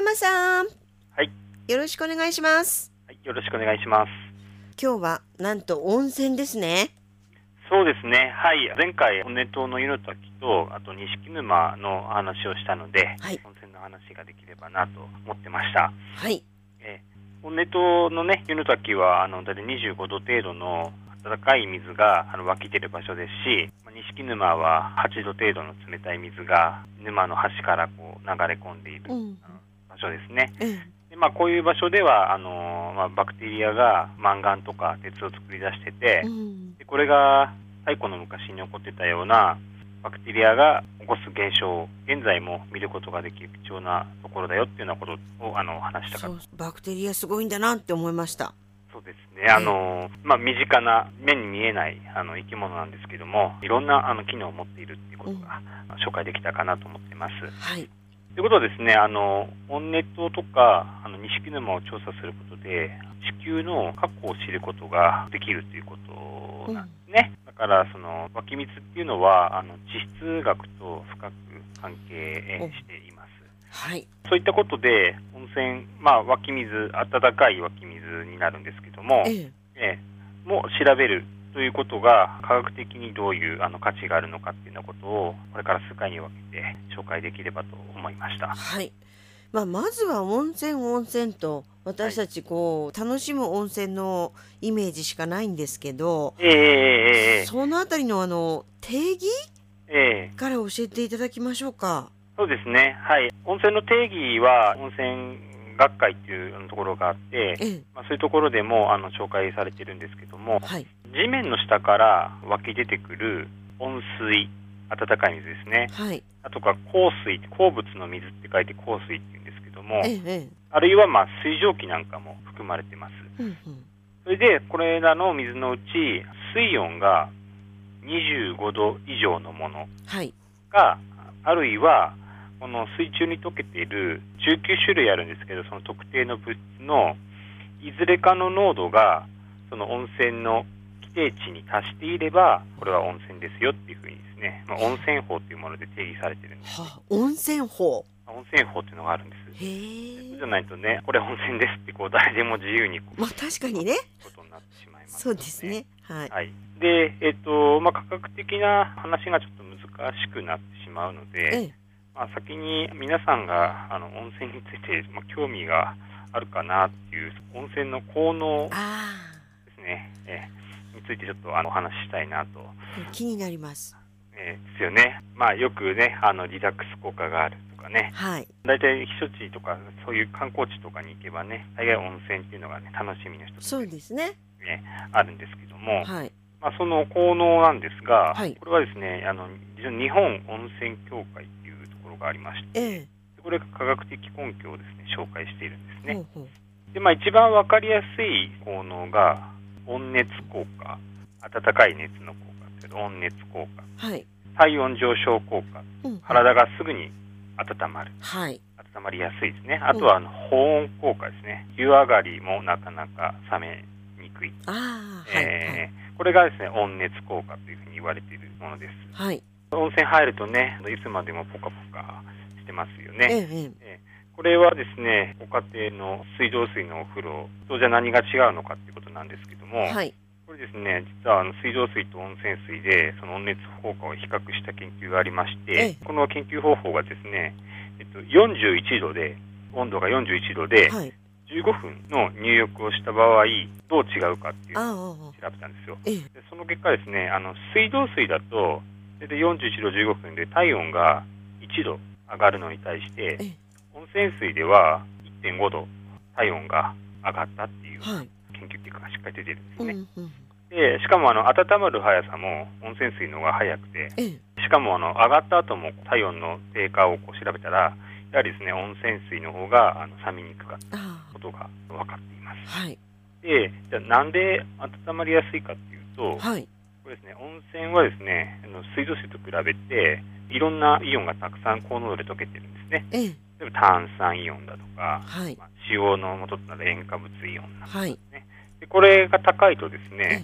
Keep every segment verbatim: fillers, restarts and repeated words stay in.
山さん、 はい、 よろしくお願いします。 はい、よろしくお願いします。 今日はなんと温泉ですね。 そうですね。はい。前回、本音島の湯の滝と、あと錦沼の話をしたので、 はい。 温泉の話ができればなと思ってました。 はい。 えー、本音島のね、湯の滝は、あの、だいたいにじゅうごど程度の温かい水があの湧き出る場所ですし、錦沼ははちど程度の冷たい水が沼の端からこう流れ込んでいる、 うん。 場所ですね。 ええ。 でまあ、こういう場所ではあの、まあ、バクテリアがマンガンとか鉄を作り出してて、 うん。 でこれが太古の昔に起こってたようなバクテリアが起こす現象を現在も見ることができる貴重なところだよっていうようなことをあの話したかった。 そう、バクテリアすごいんだなって思いました。 そうですね。あの、まあ、身近な目に見えないあの生き物なんですけども、いろんなあの機能を持っているっていうことが、うん、紹介できたかなと思っています。 はい。 ということはですね、あの温熱島とかあの錦沼を調査することで地球の過去を知ることができるということなんですね。うん、だからその湧き水っていうのはあの地質学と深く関係しています。 はい。 そういったことで温泉、まあ、湧き水、温かい湧き水になるんですけども、 ええええ、も調べるということが科学的にどういうあの価値があるのかっていうようなことをこれから数回に分けて紹介できればと思いました。 はい。まあ、まずは温泉温泉と私たちこう、はい、楽しむ温泉のイメージしかないんですけど、 えーえー、 そのあたりのあの定義、 えー、 から教えていただきましょうか。 そうですね。はい。温泉の定義は温泉学会っていうところがあって、ええ、まあ、そういうところでもあの紹介されているんですけども、はい、地面の下から湧き出てくる温水、温かい水ですね。はい、あとか硬水、鉱物の水って書いて硬水って言うんですけども、ええ、あるいはまあ水蒸気なんかも含まれています。うんうん、それでこれらの水のうち水温がにじゅうごど以上のものが、はい、あるいはこの水中に溶けているじゅうきゅうしゅるいあるんですけど、その特定の物質のいずれかの濃度がその温泉の規定値に達していればこれは温泉ですよっていうふうにですね、まあ、温泉法というもので定義されているんです、ね。 はあ、温泉法温泉法っていうのがあるんです。 へー。 そうじゃないとね、これ温泉ですってこう誰でも自由にこう、 まあ確かにね、 ことになってしまいます、ね。 そうですね。はい。 はい、で、えっとまあ、科学的な話がちょっと難しくなってしまうので、ええ、まあ、先に皆さんがあの温泉について、まあ、興味があるかなっていう温泉の効能ですね、えー、についてちょっとあのお話ししたいなと。 気になります。 えー、ですよね。まあ、よくねあのリラックス効果があるとかね、はい、だいたい避暑地とかそういう観光地とかに行けばね大概温泉っていうのがね楽しみの一つ、 そうですね、 ね、あるんですけども、はい、まあ、その効能なんですが、はい、これはですねあの日本温泉協会っていうところがありまして、ええ、これが科学的根拠をですね紹介しているんですね。ほうほう。で、まあ、一番わかりやすい効能が温熱効果、温かい熱の効果ですけど温熱効果、はい、体温上昇効果、うん、体がすぐに温まる、はい、温まりやすいですね。あとはあの保温効果ですね。湯上がりもなかなか冷めにくい。あ、えーはいはい、これがですね温熱効果というふうに言われているものです。はい、温泉入るとねいつまでもポカポカしてますよね。えええー、これはですねご家庭の水道水のお風呂とじゃ何が違うのかということなんですけども、はい、これですね実はあの水道水と温泉水でその温熱効果を比較した研究がありまして、ええ、この研究方法がですね、えっと、よんじゅういちどで温度がよんじゅういちどで、はい、じゅうごふんの入浴をした場合どう違うかっていうのを調べたんですよ。でその結果ですねあの水道水だとでよんじゅういちどじゅうごふんで体温がいちど上がるのに対して温泉水ではいってんごど体温が上がったっていう、はい、研究結果がしっかり出てるんですね。うんうん、でしかもあの温まる速さも温泉水の方が速くて、しかもあの上がった後も体温の低下をこう調べたらやはりですね温泉水の方があの冷めにくかったことが分かっています。はい、でじゃあなんで温まりやすいかっていうと、はい、これですね温泉はですねあの水道水と比べていろんなイオンがたくさん高濃度で溶けてるんですね。例えば炭酸イオンだとか、はい、まあ、塩の元となる塩化物イオンなんかですね、はい、でこれが高いとですね、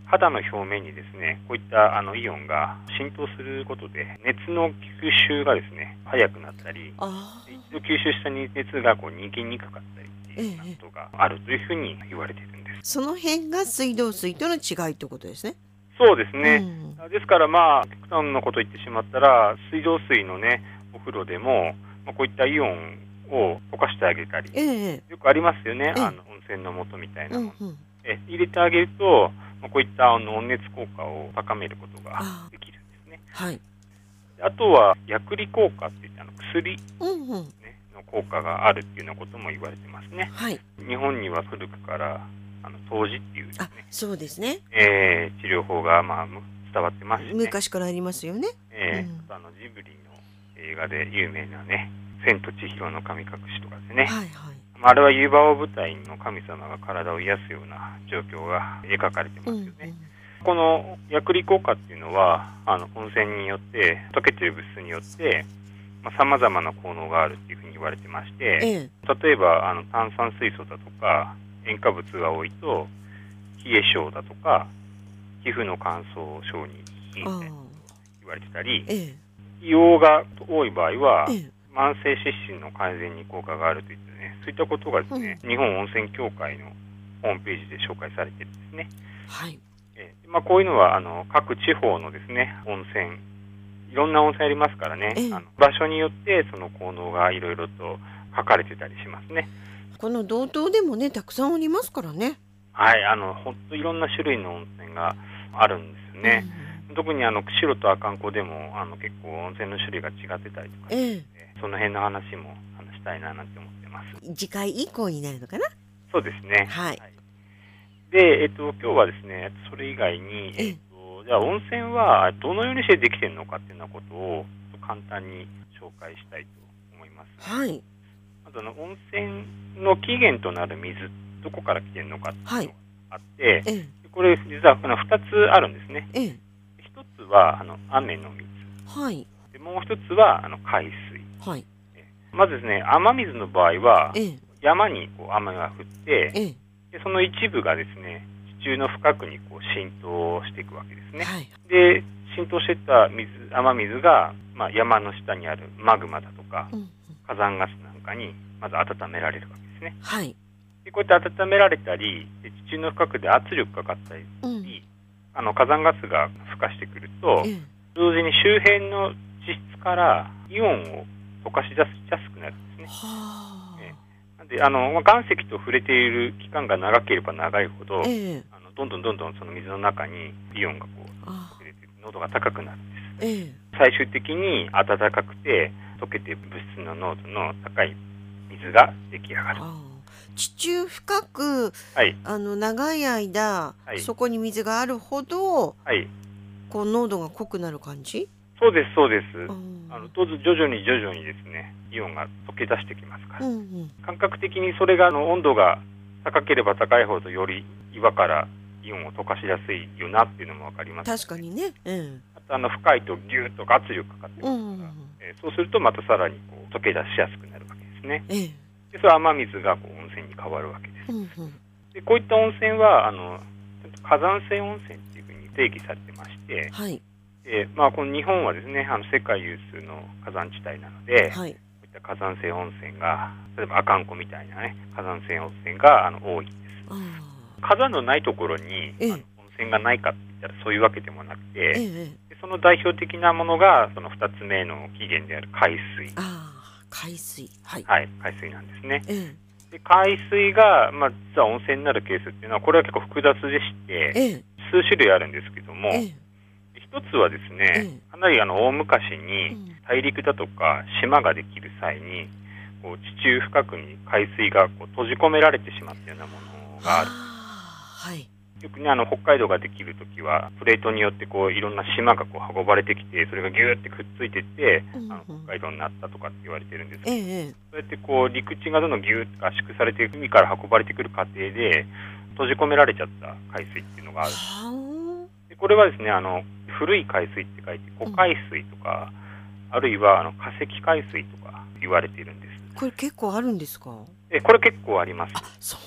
肌の表面にですね、こういったあのイオンが浸透することで熱の吸収がですね早くなったり、一度吸収した熱がこう逃げにくかったりっていうようなことがあるというふうに言われているんです。 その辺が水道水との違いってことですね。 そうですね、うん、ですからまあ極端なことを言ってしまったら、水道水のねお風呂でも、まあ、こういったイオンを溶かしてあげたり、えー、よくありますよね、えー、あの温泉の素みたいなもの、うんうん、え入れてあげると、まあ、こういったあの温熱効果を高めることができるんですね。 はい、 あとは薬理効果っていってあの薬、ねうんうん、 の効果があるっていうようなことも言われてますね。 はい、 日本には古くからあの湯治っていうですね、 あ、そうですね、 えー、治療法がまあ伝わってますしね。 昔からありますよね。 えーうん、あのジブリの映画で有名なね、千と千尋の神隠しとかですね、 はいはい、 あれは湯葉を舞台の神様が体を癒すような状況が描かれてますよね。うんうん、この薬理効果っていうのはあの温泉によって溶けている物質によってさまざ、まな効能があるっていうふうに言われてまして、ええ、例えばあの炭酸水素だとか塩化物が多いと冷え性だとか皮膚の乾燥症にいいと言われてたり、ええ、硫黄が多い場合は、ええ、慢性湿疹の改善に効果があるといったね、そういったことがですね、うん、日本温泉協会のホームページで紹介されているんですね。 はい、 えーまあ、こういうのはあの各地方のですね温泉、いろんな温泉ありますからね、ええ、あの場所によってその効能がいろいろと書かれてたりしますね。 この道東でもねたくさんありますからね。 はい、あの本当いろんな種類の温泉があるんですよね。うん、特にあの釧路と阿寒湖でもあの結構温泉の種類が違ってたりとか、ええ、その辺の話も話したいななんて思ってます。 次回以降になるのかな。 そうですね。 はい。 はい、で、えっと今日はですね、それ以外に、えっと、じゃあ温泉はどのようにしてできているのかっていうようなことを簡単に紹介したいと思います。 はい。 まずあの温泉の起源となる水、どこから来ているのかっていうのがあって、はい、ええ、これ実はふたつあるんですね。ええ、ひとつはあの雨の水、 はい、 でもうひとつはあの海水、 はい、 まずですね、雨水の場合は、 ええ、 山にこう雨が降って、 ええ、 でその一部がですね地中の深くにこう浸透していくわけですね。 はい、 で浸透していった水雨水が、まあ、山の下にあるマグマだとか、うんうん、火山ガスなんかにまず温められるわけですね。 はい、 でこうやって温められたり、で地中の深くで圧力がかかったり、うん、あの火山ガスが孵化してくると、ええ、同時に周辺の地質からイオンを溶かし出しやすくなるんですね。 はええ、なんであの岩石と触れている期間が長ければ長いほど、ええ、あのどんどんどんどんその水の中にイオンがこう触れて濃度が高くなるんです。ええ、最終的に暖かくて溶けている物質の濃度の高い水が出来上がる。 地中深く、はい、あの長い間、はい、そこに水があるほど、はい、こう濃度が濃くなる感じ？ そうですそうです。あの徐々に徐々にですねイオンが溶け出してきますから、うんうん、感覚的にそれがあの温度が高ければ高いほどより岩からイオンを溶かしやすいよなっていうのも分かります、ね、 確かにね、うん、 あとあの深いとギューッと圧力かかってますから、うんうん、えー、そうするとまたさらにこう溶け出しやすくなるわけですね。ええ、でそれは雨水がこう温泉に変わるわけです。うんうん、でこういった温泉はあの火山性温泉っていうふうに定義されてまして、はい、えーまあ、この日本はですねあの世界有数の火山地帯なので、はい、こういった火山性温泉が例えば阿寒湖みたいな、ね、火山性温泉があの多いんです。火山のないところに、ええ、あの温泉がないかって言ったらそういうわけでもなくて、ええ、その代表的なものがそのふたつめの起源である海水。 あ海水、はいはい、海水なんですね。ええ、で海水が、まあ、実は温泉になるケースっていうのはこれは結構複雑でして、ええ、数種類あるんですけども、ええ、一つはですね、ええ、かなりあの大昔に大陸だとか島ができる際にこう地中深くに海水がこう閉じ込められてしまったようなものがある。 はい、 よくねあの北海道ができるときはプレートによってこういろんな島がこう運ばれてきてそれがギューってくっついていって、うんうん、あの北海道になったとかって言われてるんですけど、ええ、そうやってこう陸地がどんどんギューッと圧縮されて海から運ばれてくる過程で閉じ込められちゃった海水っていうのがある。でこれはですねあの古い海水って書いて古海水とか、うん、あるいはあの化石海水とか言われているんです。 これ結構あるんですか？ えこれ結構あります。 あ、そうなんで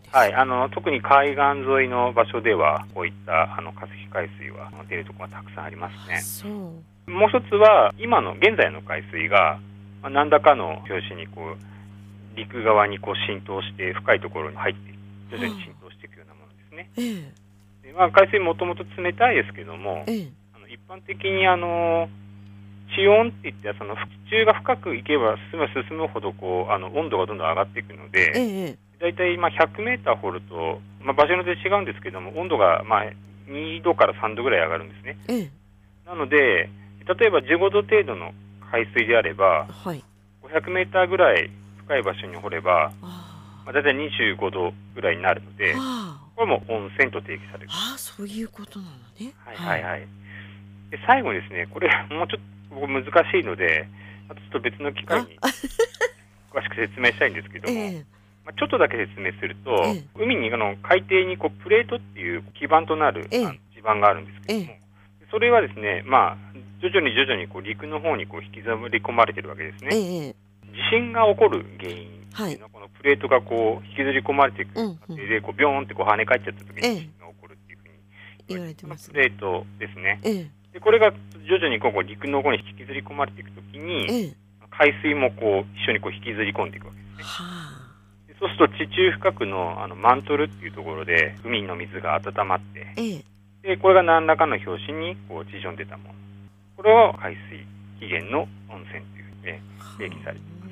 はい、あの特に海岸沿いの場所ではこういったあの化石海水は出るところがたくさんありますね。そうもう一つは今の現在の海水が、まあ、何らかの拍子にこう陸側にこう浸透して深いところに入って徐々に浸透していくようなものですね。ええでまあ、海水もともと冷たいですけども、ええ、あの一般的にあの地温っていってその地中が深くいけば進む進むほどこうあの温度がどんどん上がっていくので、ええ、だいたいまあひゃくメーター掘ると、まあ、場所によって違うんですけども温度がまあにどからさんどぐらい上がるんですね。ええ、なので例えばじゅうごど程度の海水であれば、はい、ごひゃくメーターぐらい深い場所に掘れば、まあ、だいたいにじゅうごどぐらいになるので、これも温泉と定義される。 ああ、そういうことなのね。 はいはいはい。で最後にですね、これもうちょっと難しいので、あとちょっと別の機会に詳しく説明したいんですけども、えーまあ、ちょっとだけ説明すると、えー、海にあの海底にこうプレートっていう基盤となる、えー、地盤があるんですけども、えー、それはですね、まあ、徐々に徐々にこう陸の方にこう引きずり込まれているわけですね。えー、地震が起こる原因っていうのは、このプレートがこう引きずり込まれていく過程でこうビョーンってこう跳ね返っちゃった時に地震が起こるっていうふうに言われてます。プレートですね。えーでこれが徐々にこう陸の方に引きずり込まれていくときに、ええ、海水もこう一緒にこう引きずり込んでいくわけですね。はあ、でそうすると地中深くの、あのマントルっていうところで海の水が温まって、ええ、でこれが何らかの拍子にこう地上に出たもの、これを海水起源の温泉というふうに定義されています。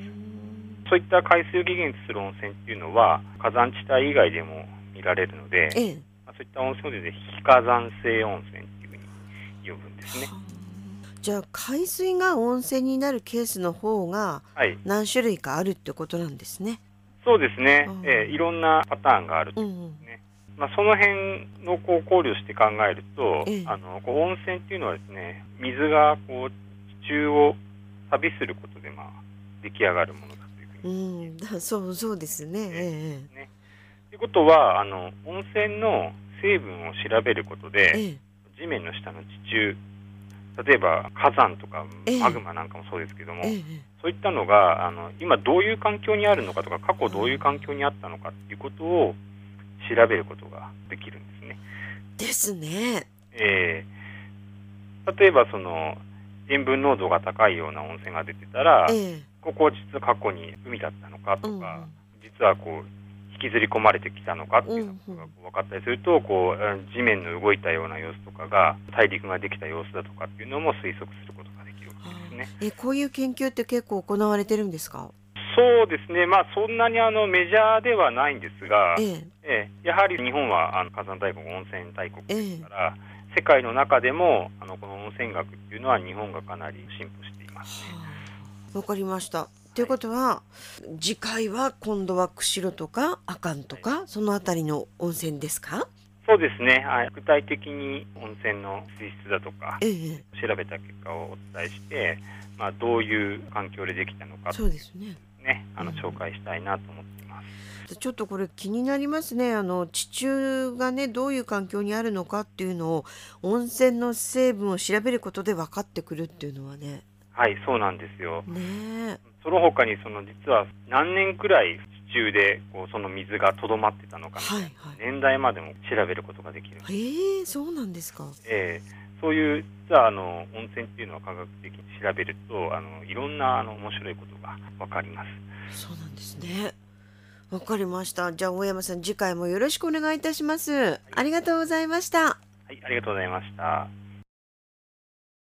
そういった海水を起源とする温泉っていうのは火山地帯以外でも見られるので、ええ、そういった温泉をですね、非火山性温泉呼ぶんですね。 じゃあ海水が温泉になるケースの方が何種類かあるってことなんですね。 はい、そうですね、えー、いろんなパターンがあるということですね。うん、まあ、その辺のこう考慮して考えると、えー、あのこう温泉っていうのはですね、水がこう地中を旅することでまあ出来上がるものだというふうに、 うん、そうそうですね。えー、ねということはあの温泉の成分を調べることで、えー地面の下の地中、例えば火山とかマグマなんかもそうですけども、ええ、そういったのがあの今どういう環境にあるのかとか過去どういう環境にあったのかっていうことを調べることができるんですね。 ですね。 えー、例えばその塩分濃度が高いような温泉が出てたら、ええ、ここは実は過去に海だったのかとか、うん、実はこう引きずり込まれてきたのかっていうのが分かったりすると、こう地面の動いたような様子とかが大陸ができた様子だとかっていうのも推測することができるわけですね。 えこういう研究って結構行われてるんですか？ そうですね、まあ、そんなにあのメジャーではないんですが、ええええ、やはり日本はあの火山大国、温泉大国ですから、ええ、世界の中でもあのこの温泉学っていうのは日本がかなり進歩していますね。 わかりました。ということは、次回は今度は釧路とか阿寒とか、はい、そのあたりの温泉ですか？ そうですね、はい、具体的に温泉の水質だとか、ええ、調べた結果をお伝えして、まあ、どういう環境でできたのかそうですね、 ね、あの紹介したいなと思っています。 ちょっとこれ気になりますね。あの地中がねどういう環境にあるのかっていうのを温泉の成分を調べることで分かってくるっていうのはね。 はい、そうなんですよ。 ね、 その他にその実は何年くらい地中でこうその水がとどまってたのかみたいな、はいはい、年代までも調べることができるんです。 えー、そうなんですか。 えー、そういう実はあの温泉っていうのは科学的に調べるとあのいろんなあの面白いことが分かります。 そうなんですね。わかりました。じゃあ大山さん次回もよろしくお願いいたします。はい、ありがとうございました。 はい、ありがとうございました。